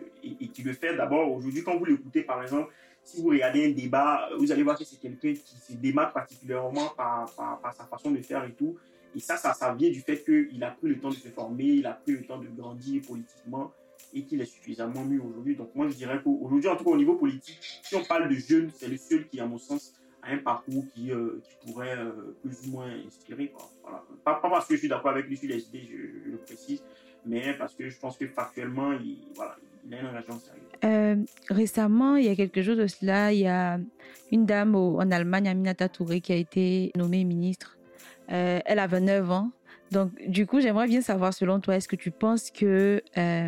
et qui le fait d'abord. Aujourd'hui, quand vous l'écoutez, par exemple, si vous regardez un débat, vous allez voir que c'est quelqu'un qui se démarque particulièrement par sa façon de faire et tout. Et ça vient du fait qu'il a pris le temps de se former, il a pris le temps de grandir politiquement et qu'il est suffisamment mieux aujourd'hui. Donc moi, je dirais qu'aujourd'hui, en tout cas au niveau politique, si on parle de jeunes, c'est le seul qui, à mon sens, a un parcours qui pourrait plus ou moins inspirer. Voilà. Pas parce que je suis d'accord avec lui sur les idées, je le précise, mais parce que je pense que factuellement, il a un engagement sérieux. Récemment, il y a quelque chose de cela. Il y a une dame en Allemagne, Aminata Touré, qui a été nommée ministre. Elle a 29 ans. Donc, du coup, j'aimerais bien savoir, selon toi, est-ce que tu penses que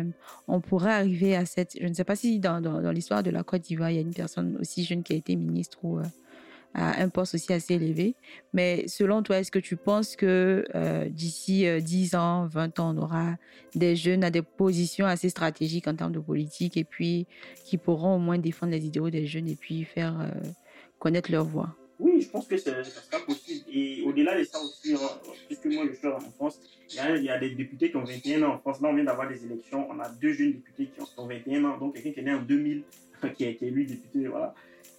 on pourrait arriver à cette... Je ne sais pas si dans l'histoire de la Côte d'Ivoire, il y a une personne aussi jeune qui a été ministre ou à un poste aussi assez élevé. Mais selon toi, est-ce que tu penses que d'ici 10 ans, 20 ans, on aura des jeunes à des positions assez stratégiques en termes de politique et puis qui pourront au moins défendre les idéaux des jeunes et puis faire connaître leur voix? Oui, je pense que ça sera possible. Et au-delà de ça aussi, puisque moi je suis en France, il y a des députés qui ont 21 ans en France. Là, on vient d'avoir des élections. On a 2 jeunes députés qui ont 21 ans. Donc, quelqu'un qui est né en 2000, qui est élu député, voilà.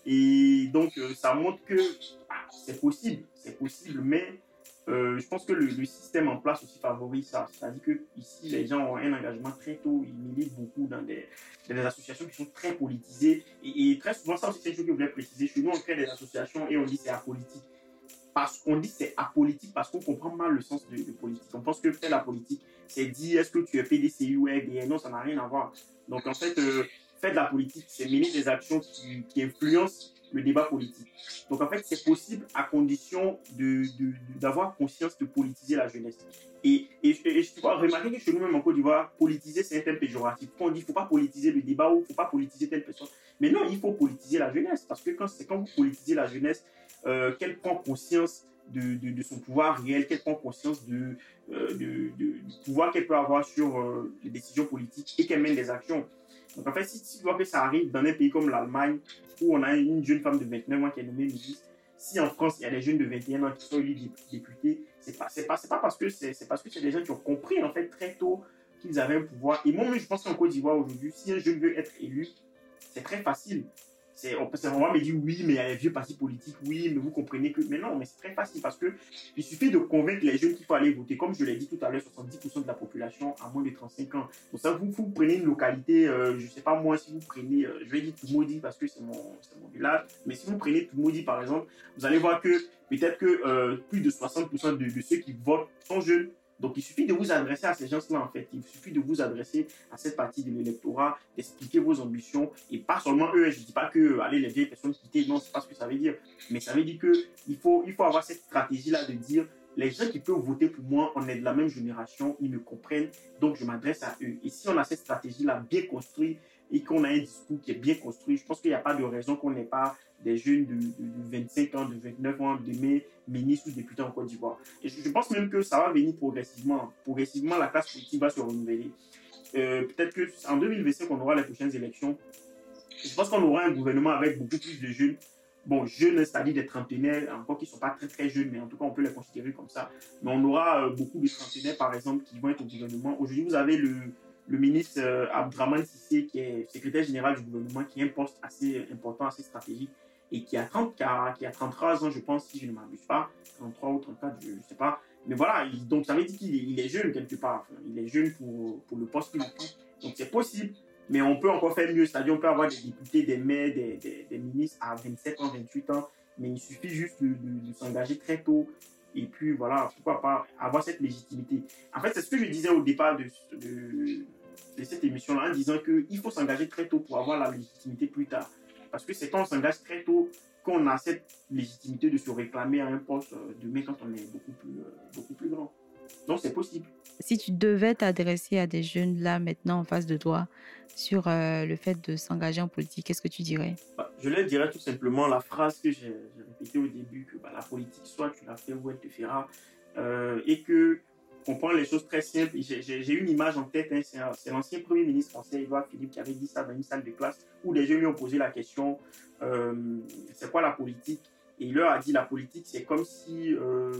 Et donc, ça montre que c'est possible, mais je pense que le système en place aussi favorise ça. C'est-à-dire que ici, les gens ont un engagement très tôt, ils militent beaucoup dans des associations qui sont très politisées. Et très souvent, ça aussi, c'est une chose que je voulais préciser. Chez nous, on crée des associations et on dit c'est apolitique. Parce qu'on dit c'est apolitique parce qu'on comprend mal le sens de politique. On pense que faire la politique, c'est dire est-ce que tu es PDCU ou RDN. Non, ça n'a rien à voir. Donc en fait, faire de la politique, c'est mener des actions qui influencent le débat politique. Donc en fait, c'est possible à condition d'avoir conscience de politiser la jeunesse. Et je dois remarquer que chez nous-mêmes en Côte d'Ivoire, politiser, c'est un thème péjoratif. Quand on dit qu'il ne faut pas politiser le débat ou il ne faut pas politiser telle personne. Mais non, il faut politiser la jeunesse. Parce que quand vous politisez la jeunesse, qu'elle prend conscience de son pouvoir réel, qu'elle prend conscience du pouvoir qu'elle peut avoir sur les décisions politiques et qu'elle mène des actions. Donc en fait, si tu vois que ça arrive dans un pays comme l'Allemagne, où on a une jeune femme de 29 ans qui est nommée ministre, si en France il y a des jeunes de 21 ans qui sont élus députés, c'est pas parce que c'est des gens qui ont compris en fait très tôt qu'ils avaient un pouvoir. Et moi-même, je pense qu'en Côte d'Ivoire aujourd'hui, si un jeune veut être élu, c'est très facile. on peut vraiment me dire oui, mais il y a les vieux partis politiques, oui, mais vous comprenez que. Mais non, mais c'est très facile parce que il suffit de convaincre les jeunes qu'il faut aller voter. Comme je l'ai dit tout à l'heure, 70% de la population a moins de 35 ans. Donc ça, vous prenez une localité, je ne sais pas moi, si vous prenez, je vais dire Toumoudi parce que c'est mon village, mais si vous prenez Toumoudi par exemple, vous allez voir que peut-être que plus de 60% de ceux qui votent sont jeunes. Donc, il suffit de vous adresser à ces gens-là, en fait. Il suffit de vous adresser à cette partie de l'électorat, d'expliquer vos ambitions. Et pas seulement eux. Je ne dis pas que, allez, les vieilles personnes quitter. Non, c'est pas ce que ça veut dire. Mais ça veut dire qu'il faut avoir cette stratégie-là de dire, les gens qui peuvent voter pour moi, on est de la même génération, ils me comprennent. Donc, je m'adresse à eux. Et si on a cette stratégie-là bien construite et qu'on a un discours qui est bien construit, je pense qu'il n'y a pas de raison qu'on n'ait pas des jeunes de 25 ans, de 29 ans, demain ministres ou députés en Côte d'Ivoire. Et je pense même que ça va venir progressivement. Progressivement, la classe politique va se renouveler. Peut-être qu'en 2025, on aura les prochaines élections. Je pense qu'on aura un gouvernement avec beaucoup plus de jeunes. Bon, jeunes, c'est-à-dire des trentenaires, encore qui ne sont pas très très jeunes, mais en tout cas, on peut les considérer comme ça. Mais on aura beaucoup de trentenaires, par exemple, qui vont être au gouvernement. Aujourd'hui, vous avez le ministre Abdraman Sissé, qui est secrétaire général du gouvernement, qui est un poste assez important, assez stratégique, et qui a 33 ans, je pense, si je ne m'abuse pas, 33 ou 34, je ne sais pas. Mais voilà, donc ça veut dire qu'il est jeune quelque part. Enfin, il est jeune pour le poste qu'il occupe. Donc c'est possible, mais on peut encore faire mieux. C'est-à-dire on peut avoir des députés, des maires, des ministres à 27 ans, 28 ans, mais il suffit juste de s'engager très tôt. Et puis voilà, pourquoi pas avoir cette légitimité. En fait, c'est ce que je disais au départ de cette émission-là, en disant qu'il faut s'engager très tôt pour avoir la légitimité plus tard. Parce que c'est quand on s'engage très tôt qu'on a cette légitimité de se réclamer à un poste demain quand on est beaucoup plus grand. Donc, c'est possible. Si tu devais t'adresser à des jeunes là, maintenant, en face de toi, sur le fait de s'engager en politique, qu'est-ce que tu dirais? Je leur dirais tout simplement la phrase que j'ai répétée au début, que la politique, soit tu la fais ou elle te fera. Et que comprendre les choses très simples. J'ai une image en tête, hein, c'est l'ancien Premier ministre français, Édouard Philippe, qui avait dit ça dans une salle de classe où des jeunes lui ont posé la question c'est quoi la politique? Et il leur a dit la politique, c'est comme si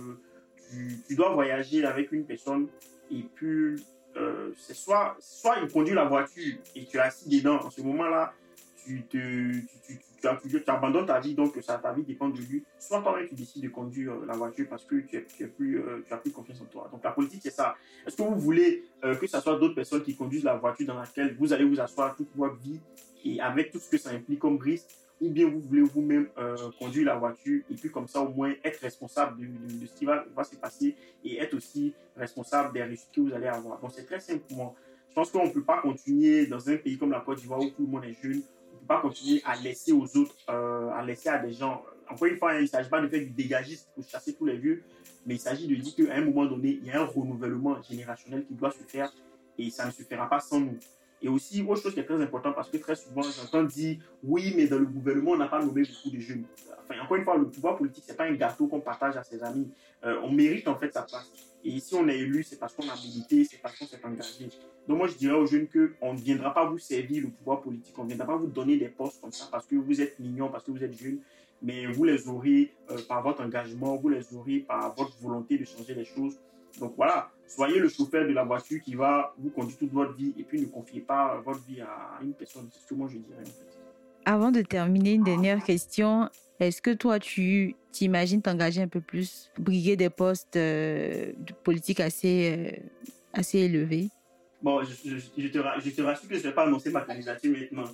tu dois voyager avec une personne et puis c'est soit il conduit la voiture et tu es assis dedans. En ce moment-là, tu abandonnes ta vie, donc ta vie dépend de lui. Soit toi-même tu décides de conduire la voiture parce que tu as plus confiance en toi. Donc la politique, c'est ça. Est-ce que vous voulez que ce soit d'autres personnes qui conduisent la voiture dans laquelle vous allez vous asseoir toute votre vie et avec tout ce que ça implique comme risque, ou bien vous voulez vous-même conduire la voiture et puis comme ça au moins être responsable de ce qui va se passer et être aussi responsable des risques que vous allez avoir. Donc c'est très simple pour moi. Je pense qu'on ne peut pas continuer dans un pays comme la Côte d'Ivoire où tout le monde est jeune. On ne peut pas continuer à laisser aux autres, à laisser à des gens. Encore une fois, il ne s'agit pas de faire du dégagisme pour chasser tous les vieux, mais il s'agit de dire qu'à un moment donné, il y a un renouvellement générationnel qui doit se faire et ça ne se fera pas sans nous. Et aussi, autre chose qui est très importante, parce que très souvent, j'entends dire oui, mais dans le gouvernement, on n'a pas nommé beaucoup de jeunes. Enfin, encore une fois, le pouvoir politique, ce n'est pas un gâteau qu'on partage à ses amis. On mérite en fait sa place. Et si on est élu, c'est parce qu'on a milité, c'est parce qu'on s'est engagé. Donc moi, je dirais aux jeunes qu'on ne viendra pas vous servir le pouvoir politique, on ne viendra pas vous donner des postes comme ça parce que vous êtes mignons, parce que vous êtes jeunes, mais vous les aurez par votre engagement, vous les aurez par votre volonté de changer les choses. Donc voilà, soyez le chauffeur de la voiture qui va vous conduire toute votre vie et puis ne confiez pas votre vie à une personne. C'est ce que moi je dirais en fait. Avant de terminer, une dernière question. Est-ce que toi, tu t'imagines t'engager un peu plus, briguer des postes de politique assez élevés? Bon, je te rassure que je ne vais pas annoncer ma candidature maintenant.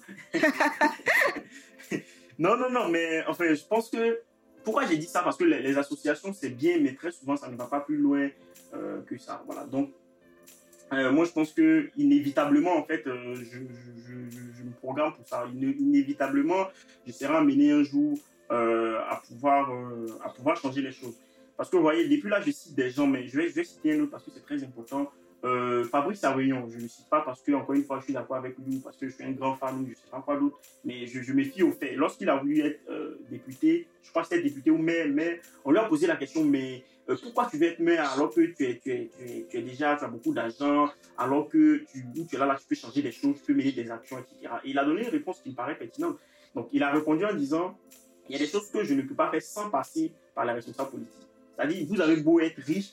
Non, mais enfin, je pense que... Pourquoi j'ai dit ça? Parce que les associations, c'est bien, mais très souvent, ça ne va pas plus loin que ça. Voilà. Donc, moi, je pense que inévitablement, en fait, je me programme pour ça. Inévitablement, je serai amené un jour à pouvoir changer les choses. Parce que, vous voyez, depuis là, je cite des gens, mais je vais citer un autre parce que c'est très important. Fabrice Sarréunion, je ne le cite pas parce que, encore une fois, je suis d'accord avec lui, parce que je suis un grand fan, je ne sais pas quoi d'autre, mais je me fie au fait. Lorsqu'il a voulu être député, je crois que c'était député ou maire, on lui a posé la question, mais pourquoi tu veux être maire alors que tu as beaucoup d'argent, alors que tu es là, tu peux changer des choses, tu peux mener des actions, etc. Et il a donné une réponse qui me paraît pertinente. Donc, il a répondu en disant, il y a des choses que je ne peux pas faire sans passer par la responsable politique. C'est-à-dire, vous avez beau être riche,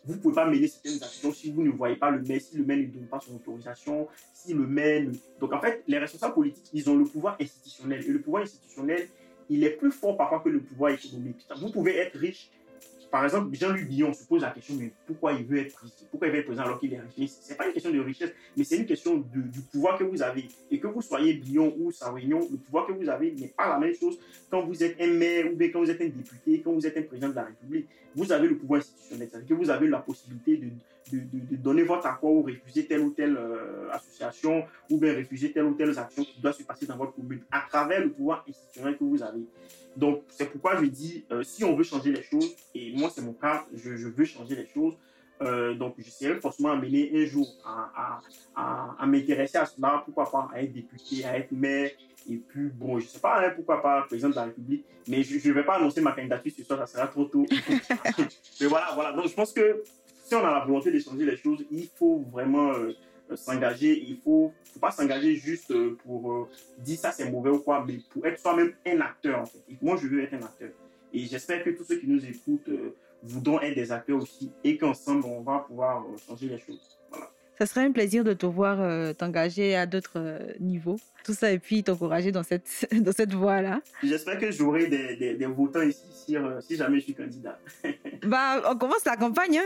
vous ne pouvez pas mener certaines actions si vous ne voyez pas le maire, si le maire ne donne pas son autorisation, si le maire... Donc en fait, les responsables politiques, ils ont le pouvoir institutionnel. Et le pouvoir institutionnel, il est plus fort parfois que le pouvoir économique. Vous pouvez être riche. Par exemple, Jean-Luc Billon se pose la question, mais pourquoi il veut être président alors qu'il est riche? Ce n'est pas une question de richesse, mais c'est une question du pouvoir que vous avez. Et que vous soyez Billon ou Sarignon, le pouvoir que vous avez n'est pas la même chose quand vous êtes un maire ou bien quand vous êtes un député, quand vous êtes un président de la République. Vous avez le pouvoir institutionnel, c'est-à-dire que vous avez la possibilité de donner votre accord ou refuser telle ou telle association ou bien refuser telle ou telle action qui doit se passer dans votre commune à travers le pouvoir institutionnel que vous avez. Donc, c'est pourquoi je dis, si on veut changer les choses, et moi c'est mon cas, je veux changer les choses, donc je serai forcément amené un jour à m'intéresser à cela, pourquoi pas à être député, à être maire, et puis bon, je sais pas, pourquoi pas président de la République, mais je ne vais pas annoncer ma candidature ce soir, ça sera trop tôt. Mais voilà, donc je pense que si on a la volonté de changer les choses, il faut vraiment s'engager. Il faut pas s'engager juste pour dire ça c'est mauvais ou quoi, mais pour être soi-même un acteur en fait. Et moi je veux être un acteur. Et j'espère que tous ceux qui nous écoutent voudront être des acteurs aussi et qu'ensemble on va pouvoir changer les choses. Voilà. Ça serait un plaisir de te voir t'engager à d'autres niveaux. Tout ça et puis t'encourager dans cette voie-là. J'espère que j'aurai des votants ici si jamais je suis candidat. On commence la campagne.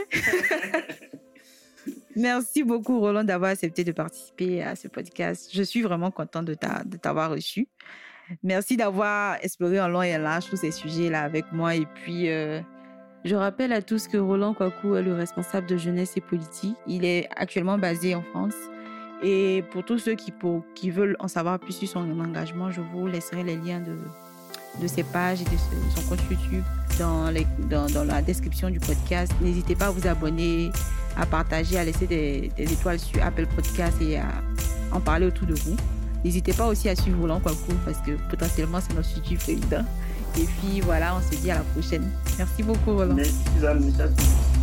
Merci beaucoup, Roland, d'avoir accepté de participer à ce podcast. Je suis vraiment contente de t'avoir reçu. Merci d'avoir exploré en long et en large tous ces sujets-là avec moi. Et puis, je rappelle à tous que Roland Kwaku est le responsable de jeunesse et politique. Il est actuellement basé en France. Et pour tous ceux qui veulent en savoir plus sur son engagement, je vous laisserai les liens de ses pages et de son compte YouTube dans la description du podcast. N'hésitez pas à vous abonner, à partager, à laisser des étoiles sur Apple Podcast et à en parler autour de vous. N'hésitez pas aussi à suivre Roland Kwaku parce que potentiellement c'est notre futur président. Et puis voilà, on se dit à la prochaine. Merci beaucoup, Roland. Merci, Suzanne.